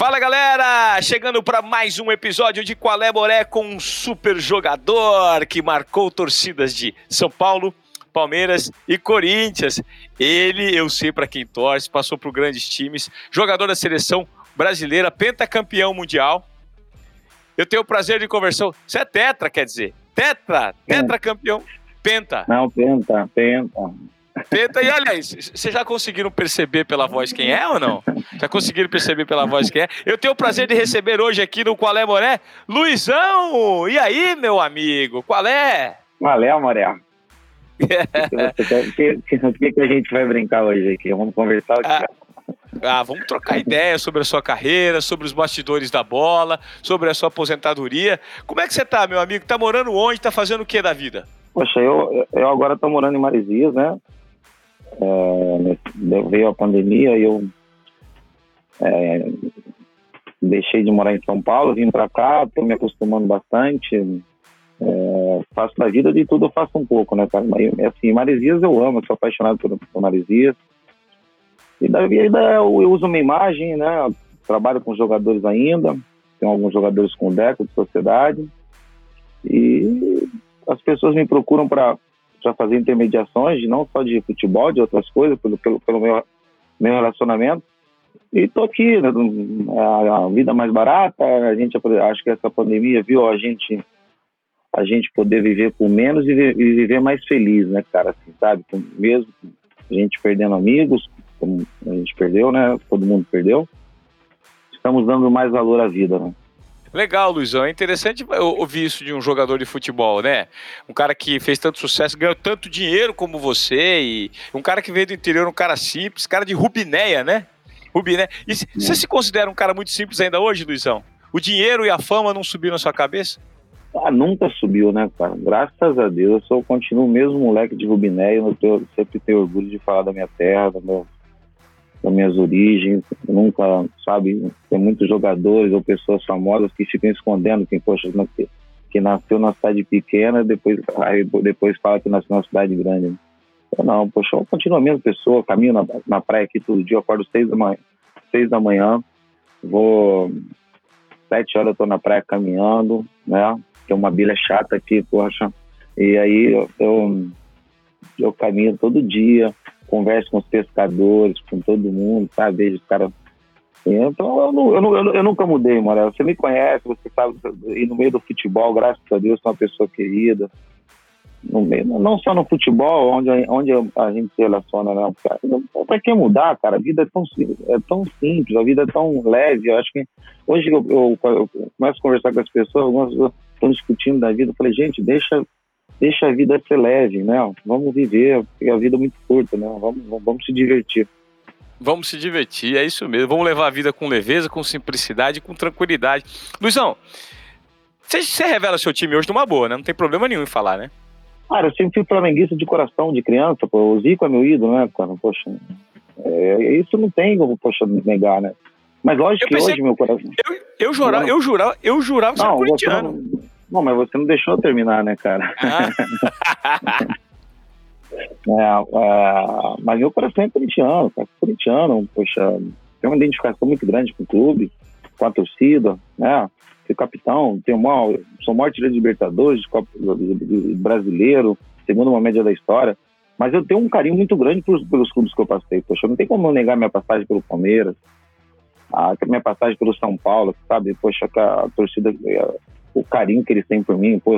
Fala, galera! Chegando para mais um episódio de Qual é Moré com um super jogador que marcou torcidas de São Paulo, Palmeiras e Corinthians. Ele, eu sei para quem torce, passou por grandes times, jogador da seleção brasileira, pentacampeão mundial. Eu tenho o prazer de conversar. Você é tetra, quer dizer? Tetracampeão, penta. Não, penta. Penta, e olha aí, vocês já conseguiram perceber pela voz quem é ou não? Já conseguiram perceber pela voz quem é? Eu tenho o prazer de receber hoje aqui no Qual é Moré, Luizão! E aí, meu amigo, qual é? Valeu, Moré. O que a gente vai brincar hoje aqui? Vamos conversar aqui. Vamos trocar ideia sobre a sua carreira, sobre os bastidores da bola, sobre a sua aposentadoria. Como é que você tá, meu amigo? Tá morando onde? Tá fazendo o que da vida? Poxa, eu agora tô morando em Maresias, né? Veio a pandemia e eu deixei de morar em São Paulo, vim pra cá, tô me acostumando bastante. Faço da vida de tudo, eu faço um pouco, né, cara? Mas, assim, Maresias eu amo, eu sou apaixonado por Maresias. E da vida eu uso uma imagem, né? Trabalho com jogadores ainda, tenho alguns jogadores com o Deco de sociedade. E as pessoas me procuram para fazer intermediações, não só de futebol, de outras coisas, pelo meu relacionamento. E tô aqui, né, a vida mais barata, acho que essa pandemia viu a gente poder viver com menos e viver mais feliz, né, cara, assim, sabe? Mesmo a gente perdendo amigos, como a gente perdeu, né, todo mundo perdeu, estamos dando mais valor à vida, né? Legal, Luizão. É interessante ouvir isso de um jogador de futebol, né? Um cara que fez tanto sucesso, ganhou tanto dinheiro como você, e um cara que veio do interior, um cara simples, cara de Rubinéia, né? Rubinéia. E você se considera um cara muito simples ainda hoje, Luizão? O dinheiro e a fama não subiram na sua cabeça? Nunca subiu, né, cara? Graças a Deus, eu continuo o mesmo moleque de Rubinéia, eu sempre tenho orgulho de falar da minha terra, das minhas origens. Eu nunca, sabe, tem muitos jogadores ou pessoas famosas que ficam escondendo que nasceu na cidade pequena, depois fala que nasceu na cidade grande. Né? Não, poxa, eu continuo a mesma pessoa, caminho na praia aqui todo dia, eu acordo 6 da manhã, vou 7 horas, eu tô na praia caminhando, né? Tem uma bilha chata aqui, poxa, e aí eu caminho todo dia, converso com os pescadores, com todo mundo, sabe? Vejo os caras. Então, eu nunca mudei, Morel. Você me conhece, você sabe, e no meio do futebol, graças a Deus, sou uma pessoa querida. Não só no futebol, onde a gente se relaciona, né? Pra que mudar, cara? A vida é tão simples, a vida é tão leve. Eu acho que hoje eu começo a conversar com as pessoas, algumas pessoas estão discutindo da vida. Eu falei, gente, deixa a vida ser leve, né? Vamos viver, porque a vida é muito curta, né? Vamos se divertir. Vamos se divertir, é isso mesmo. Vamos levar a vida com leveza, com simplicidade, com tranquilidade. Luizão, você revela seu time hoje numa boa, né? Não tem problema nenhum em falar, né? Cara, eu sempre fui flamenguista de coração, de criança, pô. O Zico é meu ídolo, né, cara? Poxa, isso não tem como, poxa, negar, né? Mas lógico que hoje, meu coração... Eu jurava que você era corintiano. Não, mas você não deixou eu terminar, né, cara? Mas meu coração é corintiano, cara. Corintiano, poxa, tem uma identificação muito grande com o clube, com a torcida, né? Ser capitão, sou maior artilheiro de Libertadores, de brasileiro, segundo uma média da história. Mas eu tenho um carinho muito grande pelos clubes que eu passei. Poxa, não tem como eu negar minha passagem pelo Palmeiras, a minha passagem pelo São Paulo, sabe? Poxa, a torcida, o carinho que eles têm por mim. Pô,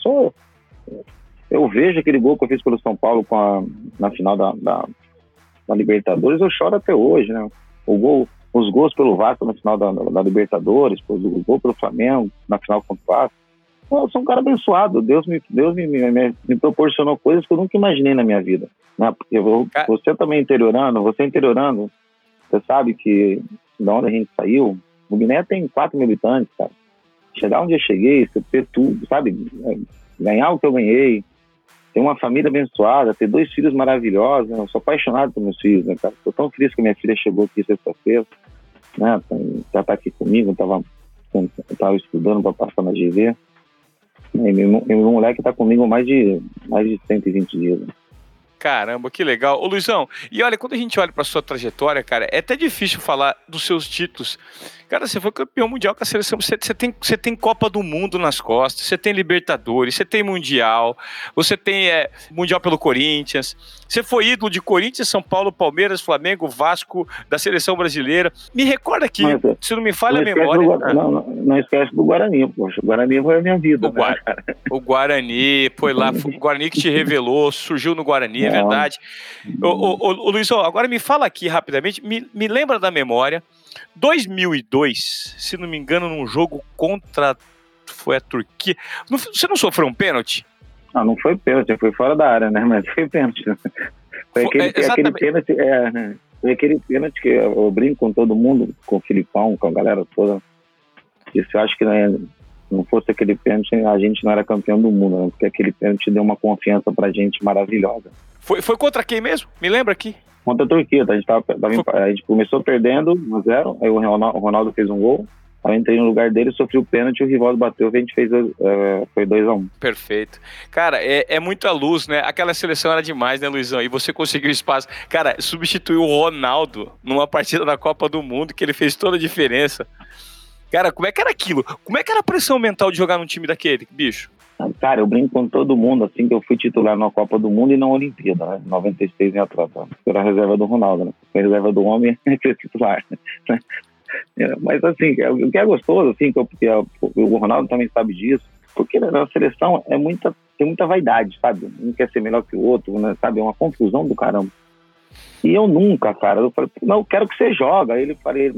eu vejo aquele gol que eu fiz pelo São Paulo na final da Libertadores, eu choro até hoje, né? Os gols pelo Vasco na final da Libertadores, o gol pelo Flamengo na final contra o Vasco. Eu sou um cara abençoado. Deus me proporcionou coisas que eu nunca imaginei na minha vida, né? Porque você também interiorando, você sabe que da onde a gente saiu, o Guiné tem 4 mil habitantes, cara. Chegar onde eu cheguei, você ter tudo, sabe? Ganhar o que eu ganhei, ter uma família abençoada, ter 2 filhos maravilhosos, né? Eu sou apaixonado por meus filhos, né, cara? Estou tão feliz que minha filha chegou aqui sexta-feira, né? Já tá aqui comigo, eu tava estudando para passar na GV. E meu moleque tá comigo há mais de 120 dias. Né? Caramba, que legal. Ô Luizão, e olha, quando a gente olha pra sua trajetória, cara, é até difícil falar dos seus títulos. Cara, você foi campeão mundial com a seleção, você tem Copa do Mundo nas costas, você tem Libertadores, você tem Mundial, você tem Mundial pelo Corinthians, você foi ídolo de Corinthians, São Paulo, Palmeiras, Flamengo, Vasco, da seleção brasileira. Me recorda aqui, se não me falha a memória... Não esquece do Guarani, poxa, o Guarani foi a minha vida. O Guarani, foi lá, o Guarani que te revelou, surgiu no Guarani, é verdade. Ô Luizão, agora me fala aqui rapidamente, me lembra da memória, 2002, se não me engano, num jogo contra, foi a Turquia, você não sofreu um pênalti? Não foi pênalti, foi fora da área, né, mas foi pênalti. Foi aquele pênalti, foi aquele pênalti que eu brinco com todo mundo, com o Filipão, com a galera toda, isso eu acho que não fosse aquele pênalti, a gente não era campeão do mundo, né, porque aquele pênalti deu uma confiança pra gente maravilhosa. Foi contra quem mesmo? Me lembra aqui? Contra a Turquia, a gente começou perdendo 1-0, aí o Ronaldo fez um gol, aí eu entrei no lugar dele, sofri o pênalti, o Rivaldo bateu, a gente fez, foi 2-1. Perfeito. Cara, é muita luz, né? Aquela seleção era demais, né, Luizão? E você conseguiu espaço. Cara, substituiu o Ronaldo numa partida da Copa do Mundo, que ele fez toda a diferença. Cara, como é que era aquilo? Como é que era a pressão mental de jogar num time daquele, bicho? Cara, eu brinco com todo mundo, assim, que eu fui titular na Copa do Mundo e na Olimpíada, né? 96 em Atlanta. Eu era a reserva do Ronaldo, né? A reserva do homem é ser titular, né? Mas, assim, o que é gostoso, assim, porque o Ronaldo também sabe disso, porque na seleção tem muita vaidade, sabe? Um quer ser melhor que o outro, né? Sabe? É uma confusão do caramba. E eu nunca, cara, eu falei, não, eu quero que você joga. Aí ele falei,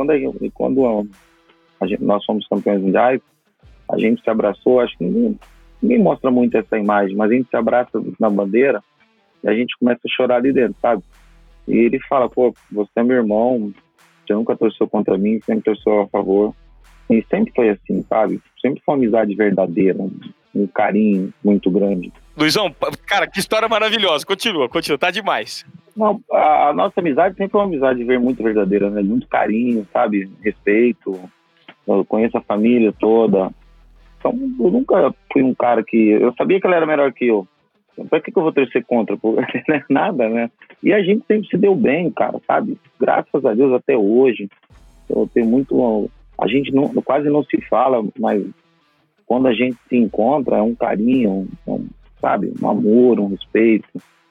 quando nós fomos campeões mundiais, a gente se abraçou, acho que ninguém mostra muito essa imagem, mas a gente se abraça na bandeira e a gente começa a chorar ali dentro, sabe? E ele fala, pô, você é meu irmão, você nunca torceu contra mim, sempre torceu a favor. E sempre foi assim, sabe? Sempre foi uma amizade verdadeira, um carinho muito grande. Luizão, cara, que história maravilhosa. Continua, tá demais. Não, a nossa amizade sempre foi uma amizade muito verdadeira, né? Muito carinho, sabe? Respeito. Eu conheço a família toda. Então, eu nunca fui um cara que... Eu sabia que ele era melhor que eu. Pra que eu vou torcer contra? Pô, não é nada, né? E a gente sempre se deu bem, cara, sabe? Graças a Deus até hoje. Eu tenho muito... A gente quase não se fala, mas quando a gente se encontra, é um carinho, sabe? Um amor, um respeito.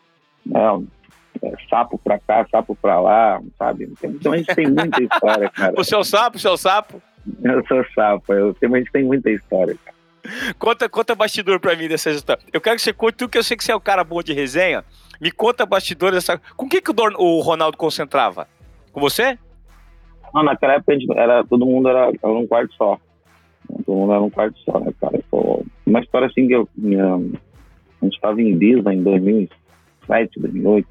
Sapo pra cá, sapo pra lá, sabe? Então a gente tem muita história, cara. O seu sapo? Eu sou sapo, a gente tem muita história, cara. Conta bastidor pra mim dessa história. Eu quero que você conte tudo, que eu sei que você é um cara bom de resenha. Me conta bastidor dessa... Com que o Ronaldo concentrava? Com você? Não, naquela época todo mundo era um quarto só. Todo mundo era um quarto só, né, cara? Uma história assim que a gente estava em Ibiza em 2007, 2008.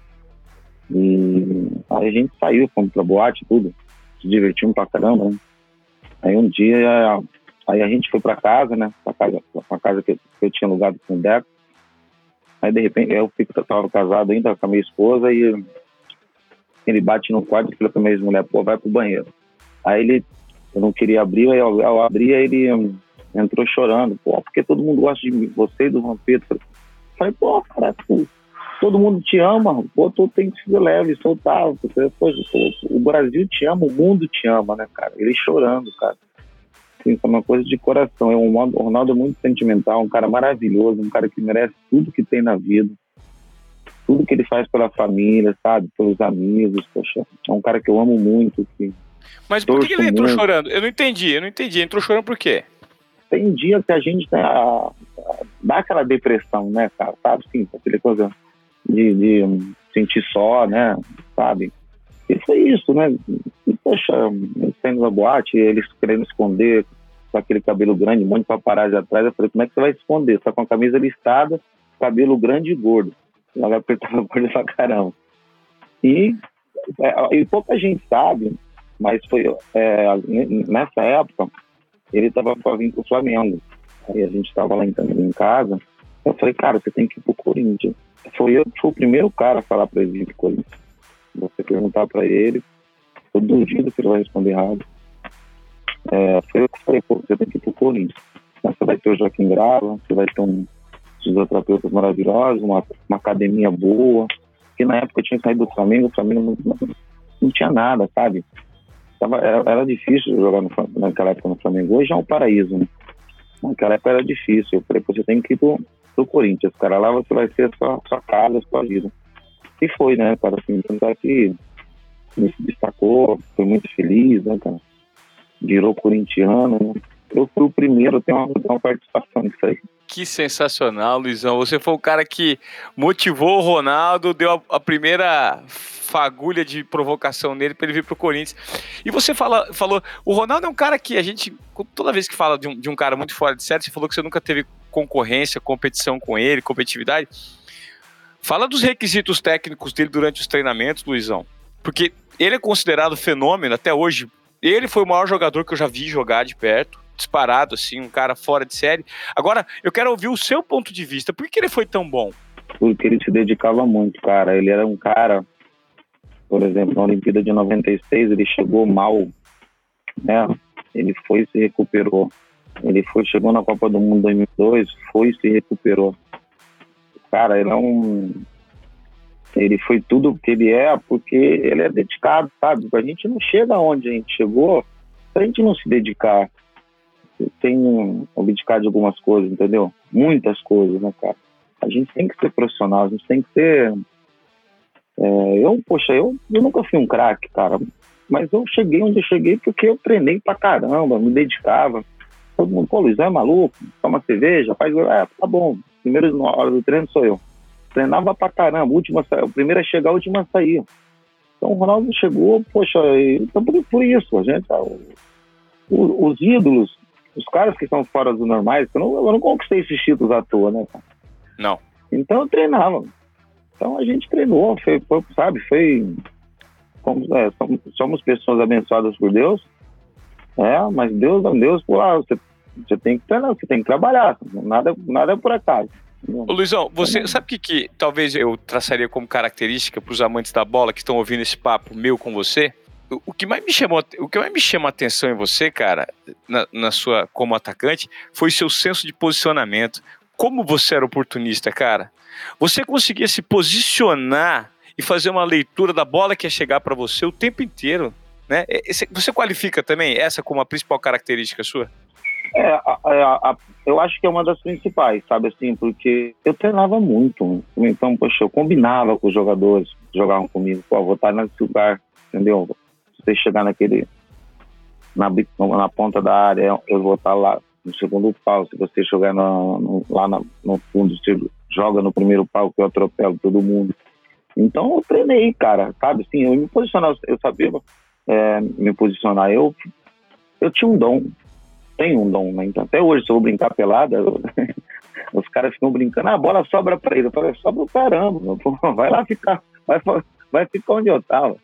E aí a gente saiu, fomos pra boate e tudo. Se divertimos pra caramba, né? Aí um dia, aí a gente foi pra casa, né? Pra casa que eu tinha alugado com o Deco. Aí de repente, eu tava casado ainda com a minha esposa e ele bate no quarto e falou pra minha ex-mulher, pô, vai pro banheiro. Aí eu não queria abrir, aí eu abri, aí ele entrou chorando, pô, porque todo mundo gosta de você e do Vampiro. Eu falei, pô, cara, todo mundo te ama, pô, tu tem que ser leve, soltar, porque, pô, o Brasil te ama, o mundo te ama, né, cara? Ele chorando, cara. Assim, é uma coisa de coração. O Ronaldo é muito sentimental, um cara maravilhoso, um cara que merece tudo que tem na vida, tudo que ele faz pela família, sabe? Pelos amigos, poxa, é um cara que eu amo muito. Mas por que ele entrou chorando? Eu não entendi. Entrou chorando por quê? Tem dia que a gente dá aquela depressão, né, cara? Sabe, sim, aquela coisa de sentir só, né, sabe? E foi isso, né? E, poxa, eles saindo da boate, eles querendo esconder com aquele cabelo grande, um monte de paparazzi atrás. Eu falei, como é que você vai esconder? Você tá com a camisa listada, cabelo grande e gordo. Ela vai apertar a gorda pra caramba. E pouca gente sabe, mas foi nessa época, ele tava pra vir pro Flamengo. Aí a gente tava lá em casa. Eu falei, cara, você tem que ir pro Corinthians. Fui o primeiro cara a falar pra ele vir pro Corinthians. Você perguntar pra ele, eu duvido que ele vai responder errado. Foi eu que falei, pô, você tem que ir pro Corinthians. Você vai ter o Joaquim Grava, você vai ter fisioterapeutas maravilhosos, uma academia boa, que na época eu tinha saído do Flamengo, o Flamengo não tinha nada, sabe? Era difícil jogar naquela época no Flamengo. Hoje é um paraíso, né? Naquela época era difícil. Eu falei, você tem que ir pro Corinthians, cara. Lá você vai ser a sua casa, a sua vida. E foi, né, cara? Assim, tanto é que me se destacou, foi muito feliz, né, cara? Virou corintiano, né? Eu fui o primeiro a ter uma participação nisso aí. Que sensacional, Luizão. Você foi o cara que motivou o Ronaldo, deu a primeira fagulha de provocação nele para ele vir pro Corinthians. E você falou, o Ronaldo é um cara que a gente, toda vez que fala de um cara muito fora de série, você falou que você nunca teve concorrência, competição com ele, competitividade. Fala dos requisitos técnicos dele durante os treinamentos, Luizão. Porque ele é considerado fenômeno até hoje. Ele foi o maior jogador que eu já vi jogar de perto. Disparado, assim, um cara fora de série. Agora, eu quero ouvir o seu ponto de vista. Por que ele foi tão bom? Porque ele se dedicava muito, cara. Ele era um cara, por exemplo, na Olimpíada de 96, ele chegou mal, né? Ele foi e se recuperou. Chegou na Copa do Mundo 2002, foi e se recuperou. Cara, ele foi tudo o que ele é, porque ele é dedicado, sabe? A gente não chega onde a gente chegou se a gente não se dedicar. Tem abdicar de algumas coisas, entendeu? Muitas coisas, né, cara? A gente tem que ser profissional, a gente tem que ser... Eu nunca fui um craque, cara, mas eu cheguei onde eu cheguei porque eu treinei pra caramba, me dedicava. Todo mundo, pô, Luiz, é maluco? Toma cerveja, faz... tá bom, primeiras horas do treino sou eu. Treinava pra caramba, o primeiro a chegar, a última a sair. Então o Ronaldo chegou, poxa, então por isso, a gente... Os ídolos, os caras que são fora dos normais, eu não conquistei esses títulos à toa, né, cara? Não. Então eu treinava. Então a gente treinou, somos pessoas abençoadas por Deus, mas Deus, pô, você tem que treinar, você tem que trabalhar, nada é por acaso. Ô, Luizão, você sabe o que talvez eu traçaria como característica para os amantes da bola que estão ouvindo esse papo meu com você? O que mais me chama a atenção em você, cara, na sua como atacante, foi o seu senso de posicionamento. Como você era oportunista, cara. Você conseguia se posicionar e fazer uma leitura da bola que ia chegar para você o tempo inteiro, né? Você qualifica também essa como a principal característica sua? Eu acho que é uma das principais, sabe assim, porque eu treinava muito. Então, poxa, eu combinava com os jogadores que jogavam comigo. Pô, vou estar nesse lugar, entendeu? Você chegar na ponta da área, eu vou estar lá no segundo pau. Se você jogar lá no fundo, você joga no primeiro pau, que eu atropelo todo mundo. Então eu treinei, cara, sabe? Assim, eu me posicionava, eu sabia me posicionar. Eu tinha um dom, tenho um dom, né? Então até hoje, se eu vou brincar pelada, os caras ficam brincando, a bola sobra pra ele. Eu falei, sobra o caramba, pô, vai lá ficar, vai ficar onde eu tava.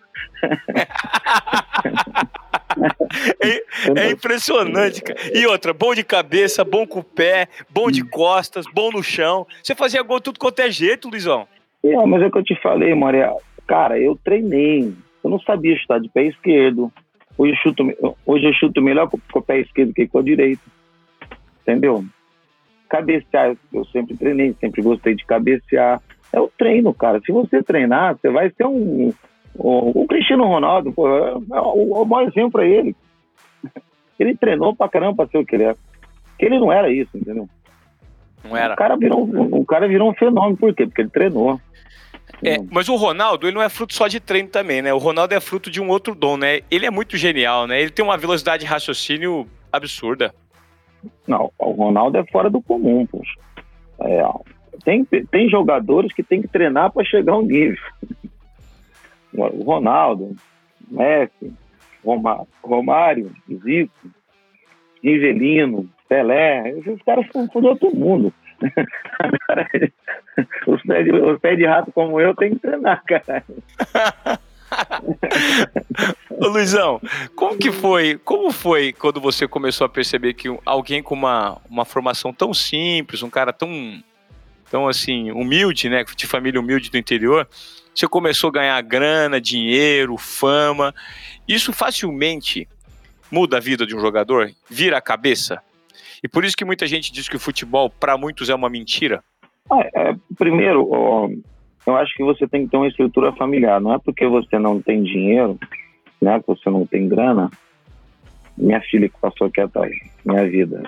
É impressionante, cara. E outra, bom de cabeça, bom com o pé, bom de costas, bom no chão. Você fazia gol tudo quanto é jeito, Luizão. Mas é o que eu te falei, Maria. Cara, eu treinei. Eu não sabia chutar de pé esquerdo. Hoje eu chuto melhor com o pé esquerdo que com o direito. Entendeu? Cabecear, eu sempre treinei, sempre gostei de cabecear. É o treino, cara. Se você treinar, você vai ser o Cristiano Ronaldo, pô, é o maior exemplo pra ele. Ele treinou pra caramba pra ser o que ele é. Porque ele não era isso, entendeu? Não era. O cara virou um fenômeno. Por quê? Porque ele treinou. Mas o Ronaldo, ele não é fruto só de treino também, né? O Ronaldo é fruto de um outro dom, né? Ele é muito genial, né? Ele tem uma velocidade de raciocínio absurda. Não, o Ronaldo é fora do comum, poxa. Tem jogadores que tem que treinar para chegar ao nível. O Ronaldo, Messi, Romário, Zico, Rivelino, Pelé, esses caras são de outro mundo. Os pés de rato como eu tem que treinar, cara. Ô, Luizão, como foi quando você começou a perceber que alguém com uma formação tão simples, um cara tão assim, humilde, né, de família humilde do interior, você começou a ganhar grana, dinheiro, fama, isso facilmente muda a vida de um jogador? Vira a cabeça? E por isso que muita gente diz que o futebol, para muitos, é uma mentira? Primeiro, eu acho que você tem que ter uma estrutura familiar. Não é porque você não tem dinheiro, né, que você não tem grana, minha filha que passou aqui atrás, minha vida.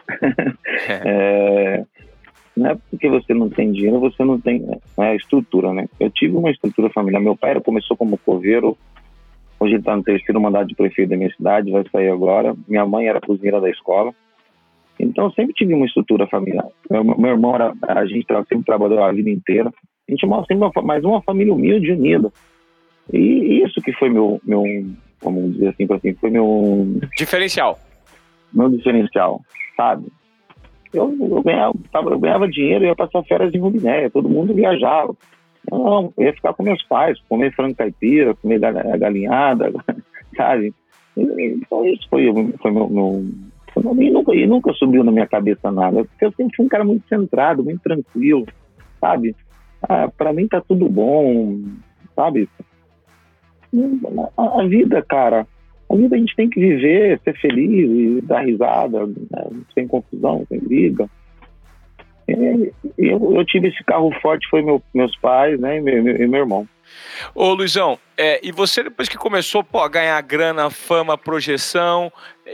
Não é porque você não tem dinheiro, você não tem estrutura, né? Eu tive uma estrutura familiar. Meu pai começou como coveiro, hoje ele está no 3º mandato de prefeito da minha cidade, vai sair agora. Minha mãe era cozinheira da escola. Então, eu sempre tive uma estrutura familiar. Meu irmão, a gente sempre trabalhou a vida inteira. A gente sempre mais uma família humilde e unida. E isso que foi meu vamos dizer assim, foi meu... Diferencial. Meu diferencial, sabe? Eu ganhava dinheiro e ia passar férias em Rubinéia, todo mundo viajava. Não, eu ia ficar com meus pais, comer frango caipira, comer galinhada, sabe? Então isso foi meu e nunca subiu na minha cabeça nada, porque eu sempre fui um cara muito centrado, muito tranquilo, sabe? Pra mim tá tudo bom, sabe? A vida, cara, a vida a gente tem que viver, ser feliz e dar risada, né? Sem confusão, sem briga. Eu tive esse carro forte, foi meus pais, né, e meu irmão. Ô Luizão, e você depois que começou a ganhar grana, fama, projeção,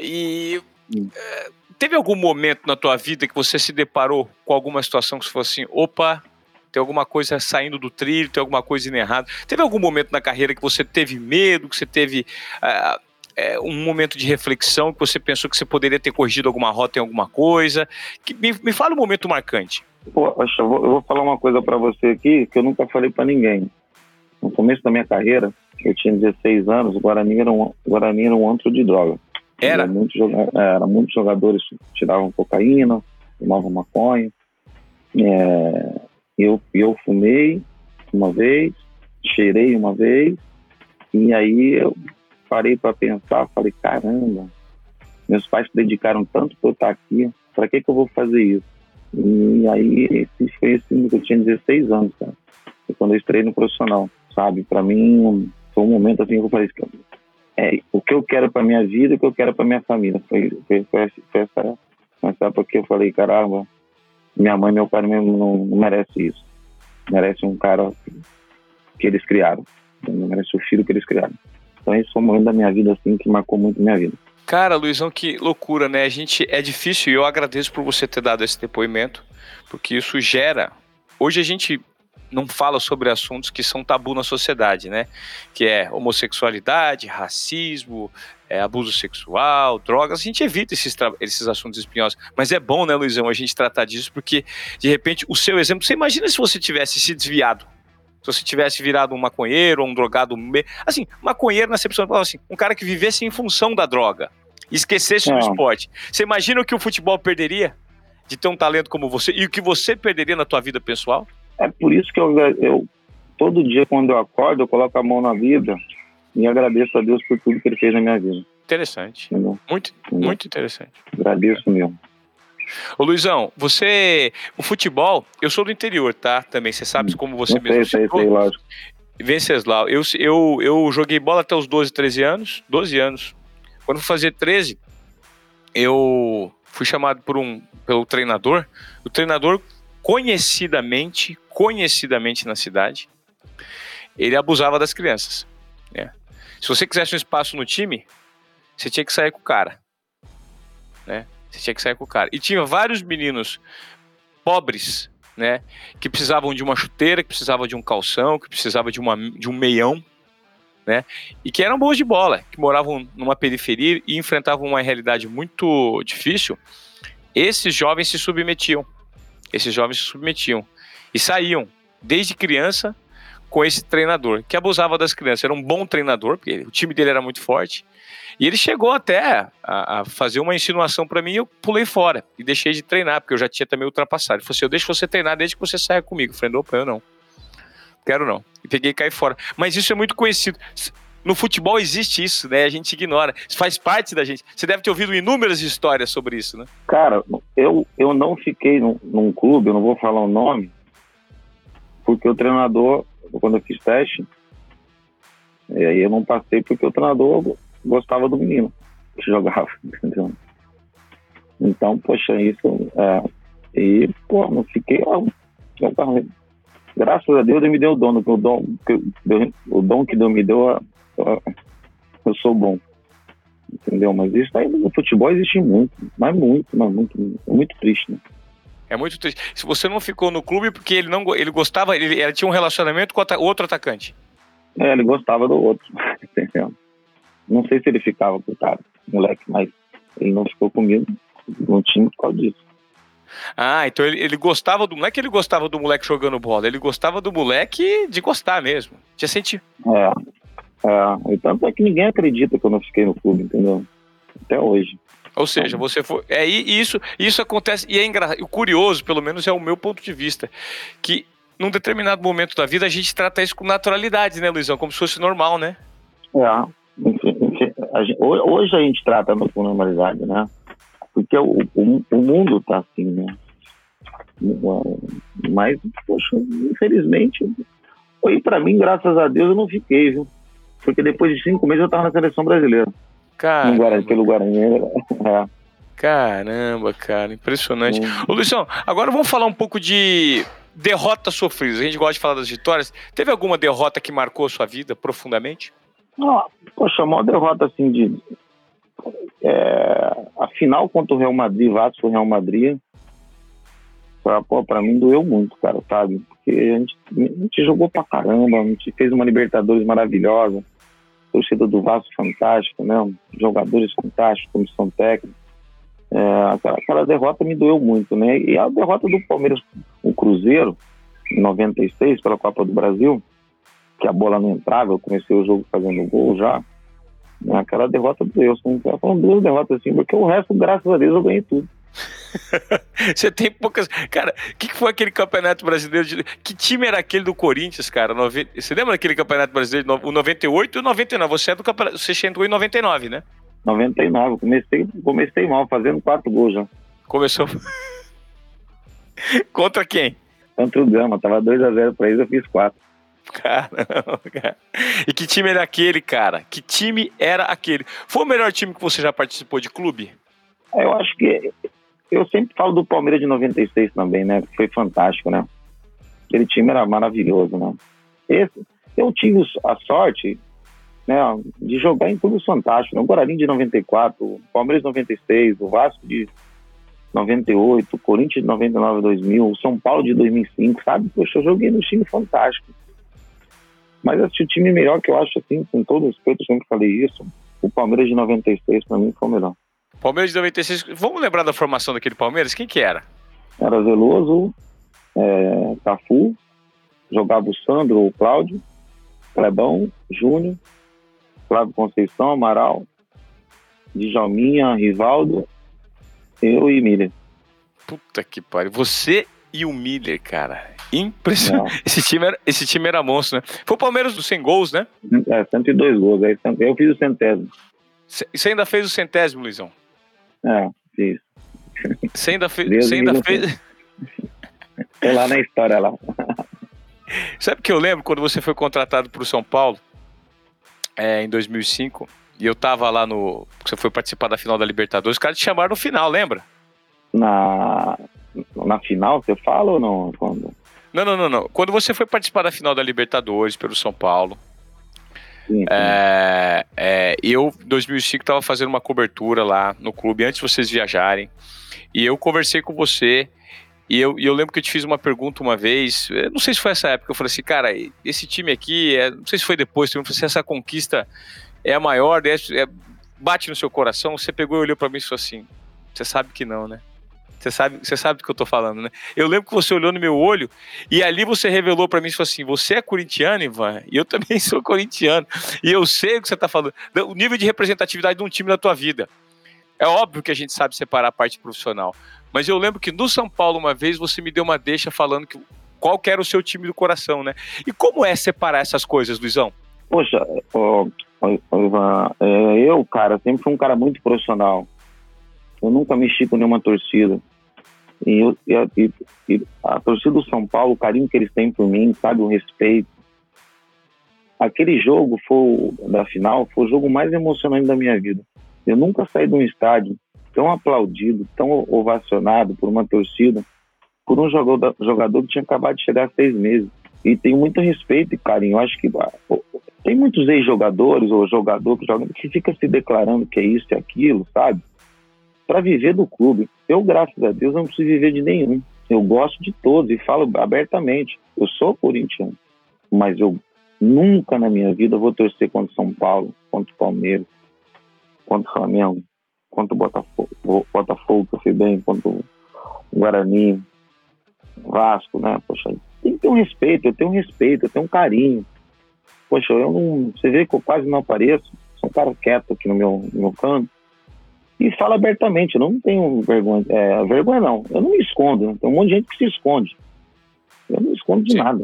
teve algum momento na tua vida que você se deparou com alguma situação que você falou assim, opa, tem alguma coisa saindo do trilho, tem alguma coisa indo errado? Teve algum momento na carreira que você teve medo, que você teve um momento de reflexão, que você pensou que você poderia ter corrigido alguma rota em alguma coisa? Me fala um momento marcante. Poxa, eu vou falar uma coisa pra você aqui que eu nunca falei pra ninguém. No começo da minha carreira, eu tinha 16 anos, o Guarani era um antro de droga. Era? Muitos jogadores tiravam cocaína, fumavam maconha. Eu fumei uma vez, cheirei uma vez, e aí eu parei para pensar, falei, caramba, meus pais se dedicaram tanto para eu estar aqui, para que eu vou fazer isso? E aí foi assim, eu tinha 16 anos, cara, quando eu estreiei no profissional, sabe? Para mim foi um momento assim que eu falei, o que eu quero para minha vida, o que eu quero para minha família. Foi essa época que eu falei, caramba, minha mãe e meu pai não merecem isso. Merece um cara que eles criaram. Não merece o filho que eles criaram. Então esse foi um momento da minha vida assim que marcou muito minha vida. Cara, Luizão, que loucura, né? É difícil e eu agradeço por você ter dado esse depoimento, porque isso gera... Hoje a gente não fala sobre assuntos que são tabu na sociedade, né? Que é homossexualidade, racismo, abuso sexual, drogas. A gente evita esses assuntos espinhosos. Mas é bom, né, Luizão, a gente tratar disso, porque, de repente, o seu exemplo... Você imagina se você tivesse se desviado, se você tivesse virado um maconheiro ou um drogado... Assim, maconheiro na acepção, assim, um cara que vivesse em função da droga, esquecesse do esporte. Você imagina o que o futebol perderia de ter um talento como você e o que você perderia na tua vida pessoal? É por isso que eu todo dia quando eu acordo, eu coloco a mão na Bíblia e agradeço a Deus por tudo que Ele fez na minha vida. Interessante. Entendeu? Muito interessante. Agradeço mesmo. Ô Luizão, o futebol, eu sou do interior, tá? Também, você sabe como você mesmo citou. Sei, lógico. Venceslau, eu joguei bola até os 12 anos. Quando eu fui fazer 13, eu fui chamado pelo treinador. O treinador, conhecidamente na cidade, ele abusava das crianças, né? Se você quisesse um espaço no time, você tinha que sair com o cara, né? E tinha vários meninos pobres, né? Que precisavam de uma chuteira, que precisavam de um calção, que precisavam de um meião, né? E que eram bons de bola, que moravam numa periferia e enfrentavam uma realidade muito difícil. Esses jovens se submetiam e saíam desde criança com esse treinador que abusava das crianças. Era um bom treinador, porque o time dele era muito forte, e ele chegou até a fazer uma insinuação para mim e eu pulei fora e deixei de treinar, porque eu já tinha também ultrapassado. Ele falou assim, eu deixo você treinar desde que você saia comigo. Eu falei, opa, eu não quero não, e peguei e caí fora. Mas isso é muito conhecido. No futebol existe isso, né? A gente ignora. Isso faz parte da gente. Você deve ter ouvido inúmeras histórias sobre isso, né? Cara, eu não fiquei num clube, eu não vou falar o nome, porque o treinador, quando eu fiz teste, e aí eu não passei porque o treinador gostava do menino que jogava, entendeu? Então, poxa, isso... e, pô, não fiquei... Graças a Deus, ele me deu o dom que Deus me deu eu sou bom. Entendeu? Mas isso aí no futebol existe muito, mas muito, é muito triste, né? É muito triste. Se você não ficou no clube porque ele gostava, ele tinha um relacionamento com outro atacante. Ele gostava do outro, entendeu? Não sei se ele ficava com o cara, moleque, mas ele não ficou comigo no time por causa disso. Ah, então ele gostava do... Não é que ele gostava do moleque jogando bola, ele gostava do moleque de gostar mesmo. Tinha sentido. E tanto é que ninguém acredita que eu não fiquei no clube, entendeu? Até hoje. Ou seja, você foi... Isso acontece, e é engraçado. O curioso, pelo menos é o meu ponto de vista, que num determinado momento da vida a gente trata isso com naturalidade, né, Luizão? Como se fosse normal, né? Hoje a gente trata com normalidade, né? Porque o mundo tá assim, né? Mas, poxa, infelizmente, foi pra mim, graças a Deus, eu não fiquei, viu? Porque depois de 5 meses eu tava na seleção brasileira. Pelo Guarani. Caramba, cara, impressionante. Ô, Luizão, agora vamos falar um pouco de derrotas sofridas. A gente gosta de falar das vitórias. Teve alguma derrota que marcou a sua vida profundamente? Poxa, a maior derrota assim a final contra o Real Madrid, Vasco e Real Madrid, pra mim doeu muito, cara, sabe? Porque a gente jogou pra caramba, a gente fez uma Libertadores maravilhosa, torcida do Vasco fantástica, né? Jogadores fantásticos, comissão técnica. Aquela derrota me doeu muito, né? E a derrota do Palmeiras, o Cruzeiro, em 96, pela Copa do Brasil, que a bola não entrava, eu comecei o jogo fazendo gol já. Aquela derrota doeu. Foram 2 derrotas assim, porque o resto, graças a Deus, eu ganhei tudo. Você tem poucas... Cara, o que foi aquele campeonato brasileiro? Que time era aquele do Corinthians, cara? Você lembra daquele campeonato brasileiro? O 98 e o 99. Você chegou em 99, né? 99. Comecei mal, fazendo 4 gols já. Começou... Contra quem? Contra o Gama. Tava 2-0 pra eles, eu fiz 4. Caramba, cara. E que time era aquele, cara? Que time era aquele? Foi o melhor time que você já participou de clube? Eu acho que... Eu sempre falo do Palmeiras de 96 também, né? Que foi fantástico, né? Aquele time era maravilhoso, né? Eu tive a sorte, né, de jogar em clubes fantásticos, né? O Guarani de 94, o Palmeiras de 96, o Vasco de 98, o Corinthians de 99 e 2000, o São Paulo de 2005, sabe? Poxa, eu joguei no time fantástico. Mas esse time melhor que eu acho, assim, com todo respeito, eu sempre falei isso, o Palmeiras de 96 pra mim foi o melhor. Palmeiras de 96, vamos lembrar da formação daquele Palmeiras? Quem que era? Era Veloso, Cafu, jogava o Sandro, o Cláudio, Clebão, Júnior, Flávio Conceição, Amaral, Djalminha, Rivaldo, eu e Miller. Puta que pariu, você e o Miller, cara, impressionante. Esse time era monstro, né? Foi o Palmeiras dos 100 gols, né? 102 gols, eu fiz o 100º. Você ainda fez o 100º, Luizão? Fiz. Você ainda fez... Tô lá na história lá. Sabe que eu lembro quando você foi contratado para o São Paulo, em 2005, e eu tava lá você foi participar da final da Libertadores, os caras te chamaram no final, lembra? Na final, você fala ou não? Quando? Não. Quando você foi participar da final da Libertadores pelo São Paulo, sim. Eu, em 2005, estava fazendo uma cobertura lá no clube, antes de vocês viajarem, e eu conversei com você, e eu lembro que eu te fiz uma pergunta uma vez, não sei se foi essa época, eu falei assim, cara, esse time aqui, não sei se foi depois, eu falei assim, essa conquista é a maior, bate no seu coração. Você pegou e olhou para mim e falou assim, você sabe que não, né? Você sabe do que eu tô falando, né? Eu lembro que você olhou no meu olho e ali você revelou pra mim e falou assim, você é corintiano, Ivan? E eu também sou corintiano. E eu sei o que você tá falando. O nível de representatividade de um time na tua vida. É óbvio que a gente sabe separar a parte profissional. Mas eu lembro que no São Paulo, uma vez, você me deu uma deixa falando qual que era o seu time do coração, né? E como é separar essas coisas, Luizão? Poxa, Ivan, eu, cara, sempre fui um cara muito profissional. Eu nunca mexi com nenhuma torcida. E a torcida do São Paulo, o carinho que eles têm por mim, sabe, o respeito. Aquele jogo da final foi o jogo mais emocionante da minha vida. Eu nunca saí de um estádio tão aplaudido, tão ovacionado por uma torcida, por um jogador que tinha acabado de chegar há 6 meses. E tenho muito respeito e carinho. Eu acho que tem muitos ex-jogadores ou jogador que fica se declarando que é isso e aquilo, sabe? Para viver do clube. Eu, graças a Deus, não preciso viver de nenhum. Eu gosto de todos e falo abertamente. Eu sou corintiano, mas eu nunca na minha vida vou torcer contra São Paulo, contra o Palmeiras, contra o Flamengo, contra o Botafogo, que eu fui bem, contra o Guarani, Vasco, né? Poxa, tem que ter um respeito, eu tenho um carinho. Poxa, você vê que eu quase não apareço, sou um cara quieto aqui no meu canto, e falo abertamente, eu não tenho vergonha, vergonha não, eu não me escondo, né? Tem um monte de gente que se esconde, eu não me escondo de nada,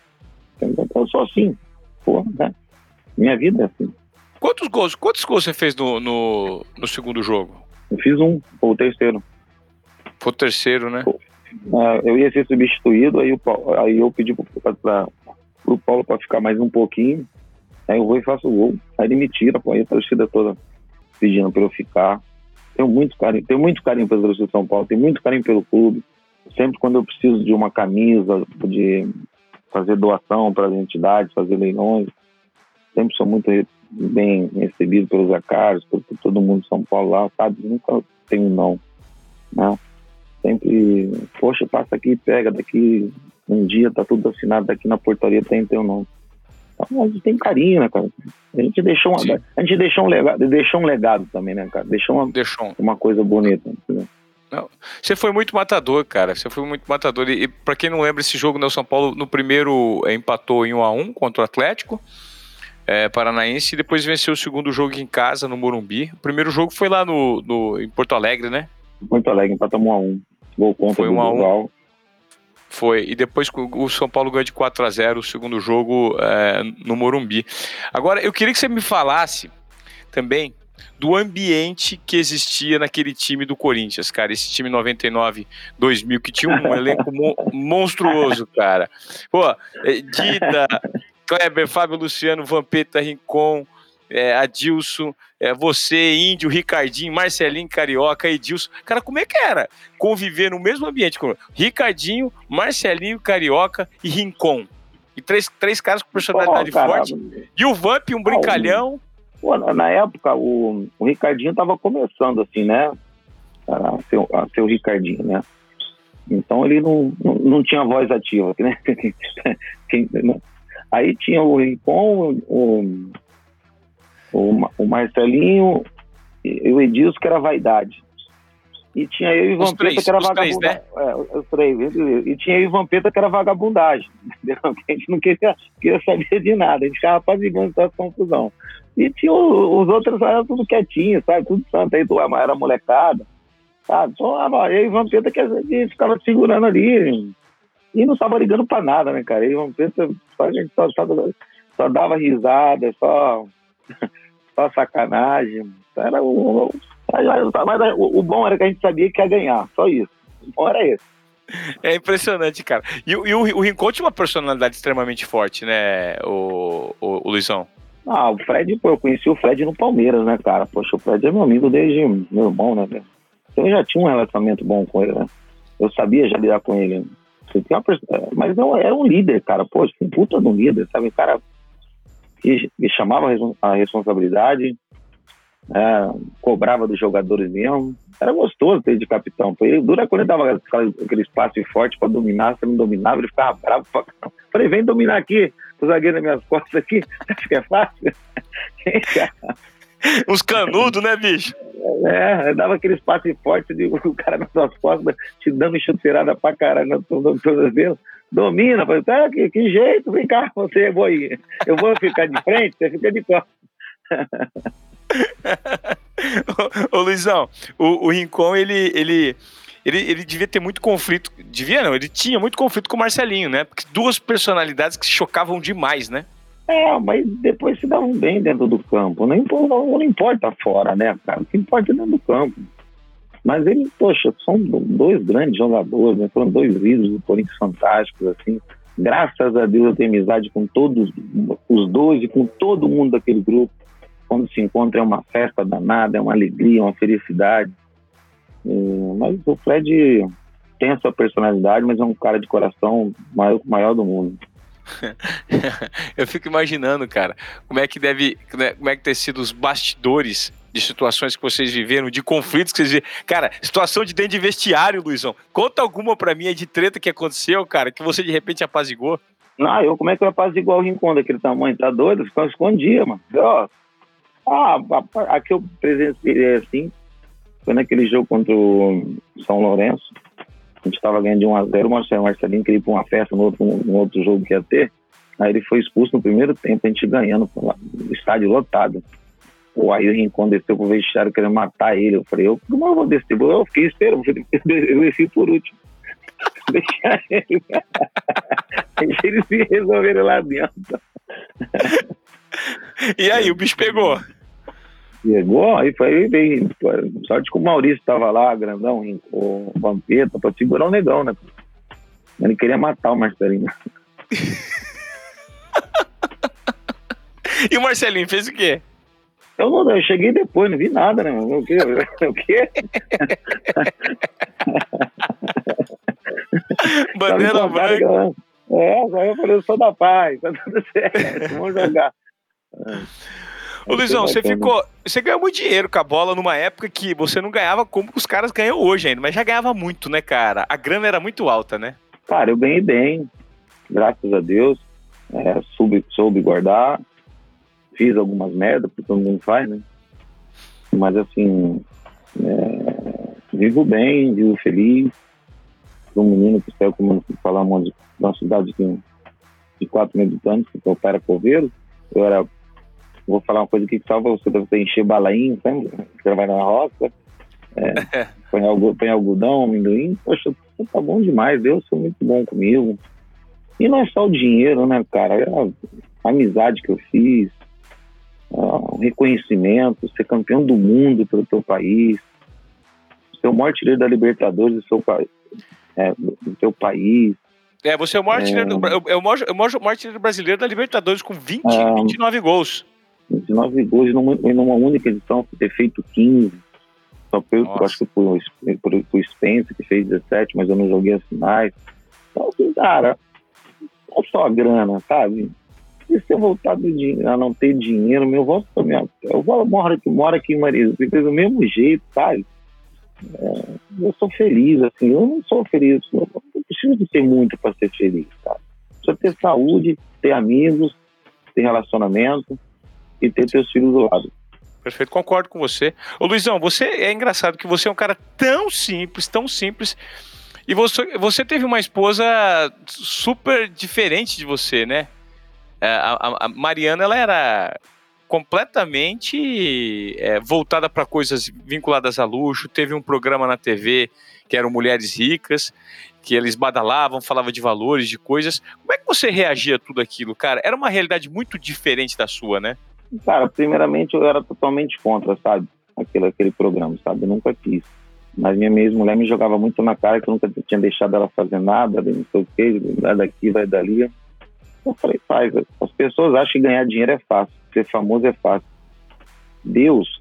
eu sou assim, porra, né? Minha vida é assim. Quantos gols você fez no segundo jogo? Eu fiz foi o terceiro. Foi o terceiro, né? Eu ia ser substituído, aí eu pedi pro Paulo para ficar mais um pouquinho, aí eu vou e faço o gol, aí ele me tira, aí a torcida toda pedindo para eu ficar. Tenho muito carinho pela torcida de São Paulo, tenho muito carinho pelo clube. Sempre quando eu preciso de uma camisa, de fazer doação para as entidades, fazer leilões, sempre sou muito bem recebido pelos Zacários, por todo mundo de São Paulo lá, sabe? Nunca tenho não, né? Sempre, poxa, passa aqui, pega daqui, um dia tá tudo assinado, daqui na portaria tem teu nome. Então, a gente tem carinho, né, cara? A gente deixou um legado também, né, cara? Deixou uma coisa bonita, né? Não. Você foi muito matador, cara. E pra quem não lembra, esse jogo no São Paulo, no primeiro empatou em 1-1 contra o Atlético Paranaense, e depois venceu o segundo jogo em casa, no Morumbi. O primeiro jogo foi lá em Porto Alegre, né? Porto Alegre, empatamos 1-1. Gol contra do Duval. Foi, e depois o São Paulo ganhou de 4-0 o segundo jogo no Morumbi. Agora, eu queria que você me falasse também do ambiente que existia naquele time do Corinthians, cara. Esse time 99-2000, que tinha um elenco monstruoso, cara. Pô, Dida, Kleber, Fábio Luciano, Vampeta, Rincon, Adilson, você, Índio, Ricardinho, Marcelinho, Carioca, Edilson. Cara, como é que era conviver no mesmo ambiente com Ricardinho, Marcelinho, Carioca e Rincon? E três caras com personalidade forte. E o Vamp, um brincalhão. Na época, o Ricardinho estava começando, assim, né? A ser o Ricardinho, né? Então ele não tinha voz ativa, né? Aí tinha o Rincon, o Marcelinho e o Edilson, que era vaidade. E tinha eu e o Vampeta, que era vagabundagem. Os três. E tinha eu e o Vampeta, que era vagabundagem. Entendeu? A gente não queria saber de nada. A gente ficava apaziguando essa confusão. E tinha os outros, eram tudo quietinho, sabe? Tudo santo. Aí era molecada, sabe? Só eu e o Vampeta, que a gente ficava segurando ali. E não estava ligando pra nada, né, cara? E o Vampeta, a gente só dava risada, só sacanagem. Mas o bom era que a gente sabia que ia ganhar, só isso. O bom era esse. É impressionante, cara. E o Rincon tinha uma personalidade extremamente forte, né, o Luizão? O Fred, eu conheci o Fred no Palmeiras, né, cara? Poxa, o Fred é meu amigo desde meu irmão, né? Então eu já tinha um relacionamento bom com ele, né? Eu sabia já lidar com ele. Mas não, era um líder, cara. Poxa, um puta de um líder, sabe? O cara que chamava a responsabilidade, cobrava dos jogadores mesmo. Era gostoso ter de capitão. Dura quando ele dava aquele espaço forte pra dominar, você não dominava, ele ficava bravo pra caramba. Falei, vem dominar aqui, o zagueiro nas minhas costas aqui, acho que é fácil. Uns canudos, né, bicho? Dava aquele espaço forte, o cara nas suas costas, te dando chuteirada pra caralho todas vezes. Domina, falei, que jeito, vem cá, você, eu vou ficar de frente, você fica de costas. Ô Luizão, o Rincon, ele devia ter muito conflito. Devia não, ele tinha muito conflito com o Marcelinho, né? Porque duas personalidades que se chocavam demais, né? Mas depois se davam bem dentro do campo. Não importa fora, né, cara? O que importa é dentro do campo. Mas eles, poxa, são dois grandes jogadores, né? Foram dois líderes do Corinthians fantásticos, assim. Graças a Deus eu tenho amizade com todos os dois e com todo mundo daquele grupo. Quando se encontra é uma festa danada, é uma alegria, uma felicidade. Mas o Fred tem a sua personalidade, mas é um cara de coração maior do mundo. Eu fico imaginando, cara, como é que ter sido os bastidores de situações que vocês viveram, de conflitos que vocês viveram. Cara, situação de dentro de vestiário, Luizão. Conta alguma pra mim aí de treta que aconteceu, cara, que você de repente apaziguou. Não, como é que eu apaziguar o Rincon daquele tamanho? Tá doido? Eu escondia, mano. Aqui eu presenciei assim, foi naquele jogo contra o São Lourenço. A gente estava ganhando de 1-0, o Marcelinho queria ir para uma festa no outro jogo que ia ter. Aí ele foi expulso no primeiro tempo, a gente ganhando, estádio lotado. Aí o Rincon desceu pro vestiário querendo matar ele. Eu falei, como eu vou descer? Eu fiquei esperando, eu desci por último. Deixar ele. Deixa eles se resolverem lá dentro. E aí, o bicho pegou? Chegou, aí veio. Sorte que o Maurício estava lá, grandão, o Vampeta, pra segurar o negão, né? Ele queria matar o Marcelinho. E o Marcelinho fez o quê? Eu cheguei depois, não vi nada, né? O quê? Bandeira branca. Aí eu falei, eu sou da paz, tá tudo certo, vamos jogar. Ô Luizão, você ganhou muito dinheiro com a bola numa época que você não ganhava como os caras ganham hoje ainda, mas já ganhava muito, né, cara? A grana era muito alta, né? Cara, eu ganhei bem, graças a Deus, soube guardar, fiz algumas merdas, porque todo mundo faz, né? Mas assim, vivo bem, vivo feliz, sou um menino que saiu, como eu falar, de uma cidade de 4 mil habitantes, que eu era coveiro, vou falar uma coisa aqui que salva você, deve encher balainho, sabe? Você vai na roça, põe algodão, amendoim, poxa, tá bom demais, Deus foi muito bom comigo. E não é só o dinheiro, né, cara? É a amizade que eu fiz, o reconhecimento, ser campeão do mundo pelo teu país, ser o maior artilheiro da Libertadores do teu país. Você é o maior artilheiro, o maior artilheiro brasileiro da Libertadores com 29 gols. 29 gols numa única edição, ter feito 15. Só eu acho que foi o Spencer que fez 17, mas eu não joguei as finais. Então, assim, cara, não é só a grana, sabe? E se eu voltar a não ter dinheiro, eu moro aqui em Marizia, do mesmo jeito, sabe? Eu sou feliz, assim, eu não sou feliz, eu não preciso de ter muito para ser feliz, cara. Precisa ter saúde, ter amigos, ter relacionamento e ter teus filhos do lado. Perfeito, concordo com você. Ô Luizão, é engraçado que você é um cara tão simples, e você teve uma esposa super diferente de você, né? A Mariana, ela era completamente voltada para coisas vinculadas a luxo, teve um programa na TV que eram Mulheres Ricas, que eles badalavam, falavam de valores, de coisas. Como é que você reagia a tudo aquilo, cara? Era uma realidade muito diferente da sua, né? Cara, primeiramente eu era totalmente contra, sabe? Aquele programa, sabe? Eu nunca quis. Mas minha ex-mulher me jogava muito na cara que eu nunca tinha deixado ela fazer nada, não sei o quê, vai daqui, vai dali. Eu falei, faz. As pessoas acham que ganhar dinheiro é fácil, ser famoso é fácil. Deus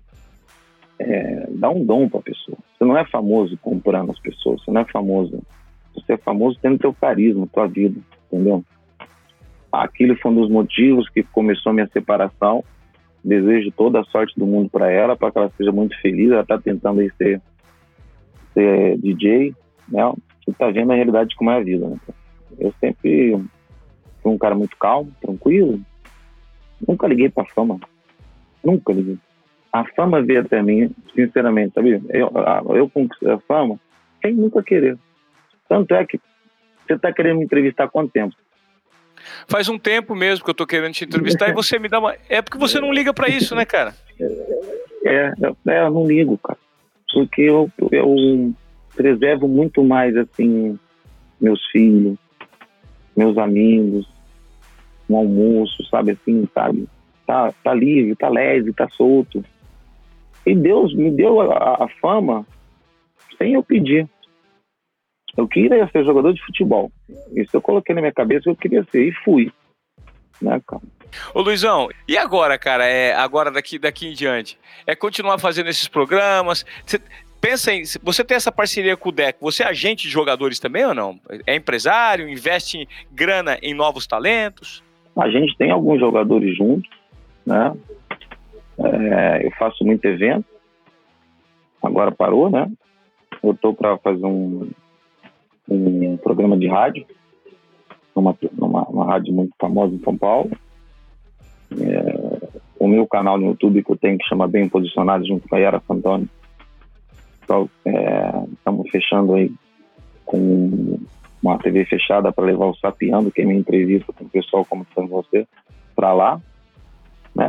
dá um dom pra pessoa. Você não é famoso comprando as pessoas, você não é famoso. Você é famoso tendo teu carisma, tua vida, entendeu? Aquilo foi um dos motivos que começou a minha separação. Desejo toda a sorte do mundo para ela, para que ela seja muito feliz. Ela está tentando aí ser DJ, né? E tá vendo a realidade como é a vida, né? Eu sempre fui um cara muito calmo, tranquilo. Nunca liguei pra fama. Nunca liguei. A fama veio até mim, sinceramente, sabe? Eu conquistei a fama sem nunca querer. Tanto é que você tá querendo me entrevistar há quanto tempo? Faz um tempo mesmo que eu tô querendo te entrevistar e você me dá uma... É porque você não liga pra isso, né, cara? Eu não ligo, cara. Porque eu preservo muito mais, assim, meus filhos, meus amigos, um almoço, sabe, assim, sabe? Tá livre, tá leve, tá solto. E Deus me deu a fama sem eu pedir. Eu queria ser jogador de futebol. Isso eu coloquei na minha cabeça que eu queria ser e fui. Né, cara? Ô Luizão, e agora, cara? Agora daqui em diante? É continuar fazendo esses programas? pensa em... Você tem essa parceria com o Deco, você é agente de jogadores também ou não? É empresário, investe grana em novos talentos? A gente tem alguns jogadores juntos, né? Eu faço muito evento, agora parou, né? Eu tô para fazer um programa de rádio, numa rádio muito famosa em São Paulo. O meu canal no YouTube que eu tenho, que chama Bem Posicionado, junto com a Yara Santoni. Então, estamos fechando aí com uma TV fechada para levar o Sapiando, que é minha entrevista com o pessoal como está você, para lá, né?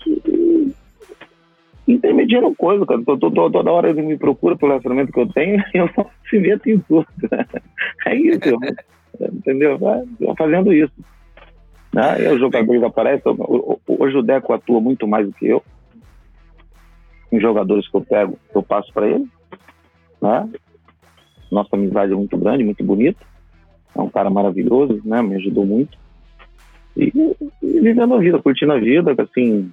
Intermediando coisa, cara. Toda hora ele me procura pelo relacionamento que eu tenho e eu faço cimento em tudo. É isso, entendeu? Vai fazendo isso. Né? E os jogadores aparecem. Hoje o Deco atua muito mais do que eu. Os jogadores que eu pego, eu passo para ele. Né? Nossa amizade é muito grande, muito bonita. É um cara maravilhoso, né? Me ajudou muito. E vivendo a vida, curtindo a vida, assim,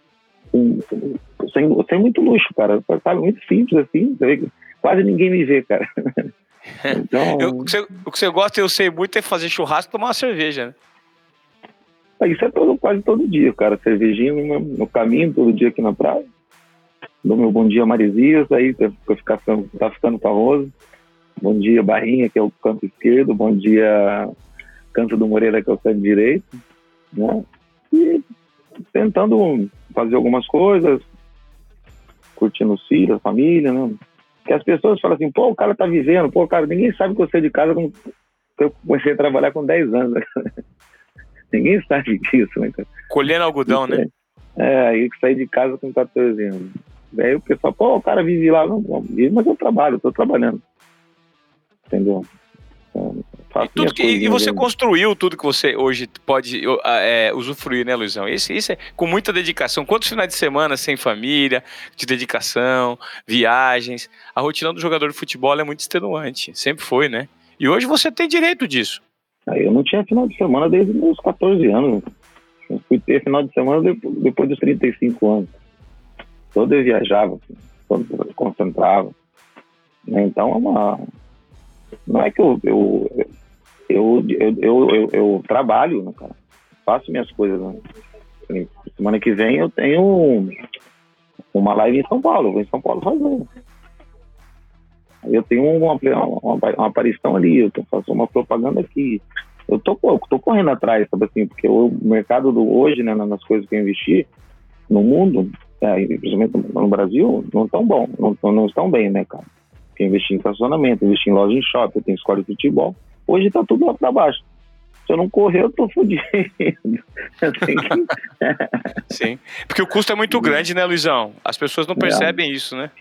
sem muito luxo, cara. Sabe, muito simples, assim. Quase ninguém me vê, cara. Então... O que você gosta, eu sei muito, é fazer churrasco e tomar uma cerveja, né? Isso é quase todo dia, cara. Cervejinha no caminho, todo dia aqui na praia. Dou meu bom dia Maresias, aí tá ficando famoso. Bom dia Barrinha, que é o canto esquerdo. Bom dia Canto do Moreira, que é o canto direito. Né? E tentando fazer algumas coisas, curtindo os filhos, a família, né? Que as pessoas falam assim, pô, o cara tá vivendo, pô, cara, ninguém sabe que eu saí de casa quando eu comecei a trabalhar com 10 anos. Né? Ninguém sabe disso, né, cara? Colhendo algodão, né? Aí que saí de casa com 14 anos. Daí o pessoal, pô, o cara vive lá, não, mas eu trabalho, tô trabalhando. Entendeu? E você construiu tudo que você hoje pode usufruir, né, Luizão? Isso é com muita dedicação. Quantos finais de semana sem família, de dedicação, viagens? A rotina do jogador de futebol é muito extenuante. Sempre foi, né? E hoje você tem direito disso. Eu não tinha final de semana desde os meus 14 anos. Eu fui ter final de semana depois dos 35 anos. Todo eu viajava, todo eu concentrava. Então, não é que eu trabalho, né, cara? Faço minhas coisas. Né? Semana que vem eu tenho uma live em São Paulo. Eu vou em São Paulo fazer. Eu tenho uma aparição ali, eu faço uma propaganda aqui. Eu tô correndo atrás, sabe assim, porque o mercado hoje, né, nas coisas que eu investi no mundo, principalmente no Brasil, não estão bom, não estão bem, né, cara? Eu investi em estacionamento, investi em loja em shopping, eu tenho escola de futebol. Hoje tá tudo lá pra baixo. Se eu não correr, eu tô fodido. Sim, porque o custo é muito grande, né, Luizão? As pessoas não percebem isso, né?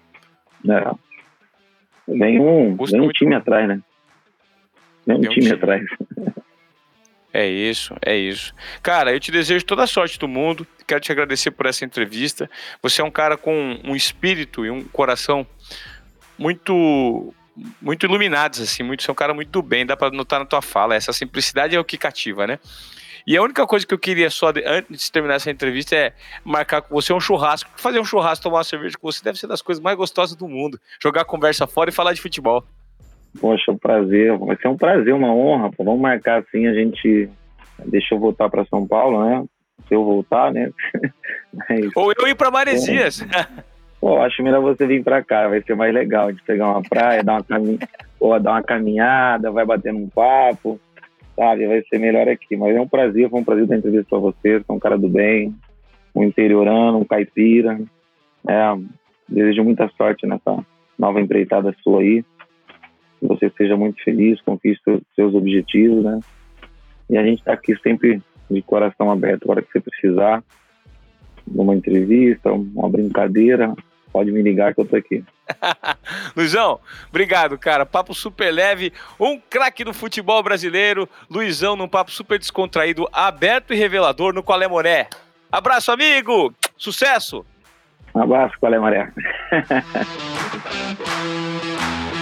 Vem um time atrás, né? Vem um time atrás. É isso. Cara, eu te desejo toda a sorte do mundo. Quero te agradecer por essa entrevista. Você é um cara com um espírito e um coração muito iluminados, assim. Você é um cara muito do bem, dá pra notar na tua fala. Essa simplicidade é o que cativa, né? E a única coisa que eu queria só, antes de terminar essa entrevista, é marcar com você um churrasco. Fazer um churrasco, tomar uma cerveja com você deve ser das coisas mais gostosas do mundo. Jogar a conversa fora e falar de futebol. Poxa, um prazer. Vai ser um prazer, uma honra. Pô. Vamos marcar assim, a gente... Deixa eu voltar para São Paulo, né? Se eu voltar, né? Ou eu ir para Maresias. Pô, acho melhor você vir para cá. Vai ser mais legal de pegar uma praia, dar uma caminhada, vai batendo um papo. Sabe, vai ser melhor aqui, mas foi um prazer dar entrevista para você, você é um cara do bem, um interiorano, um caipira, desejo muita sorte nessa nova empreitada sua aí, que você seja muito feliz, conquiste seus objetivos, né, e a gente tá aqui sempre de coração aberto, a hora que você precisar, numa entrevista, uma brincadeira, pode me ligar que eu tô aqui. Luizão, obrigado, cara. Papo super leve, um craque do futebol brasileiro. Luizão num papo super descontraído, aberto e revelador no Qual é Moré. Abraço, amigo! Sucesso! Um abraço, Qual é Moré.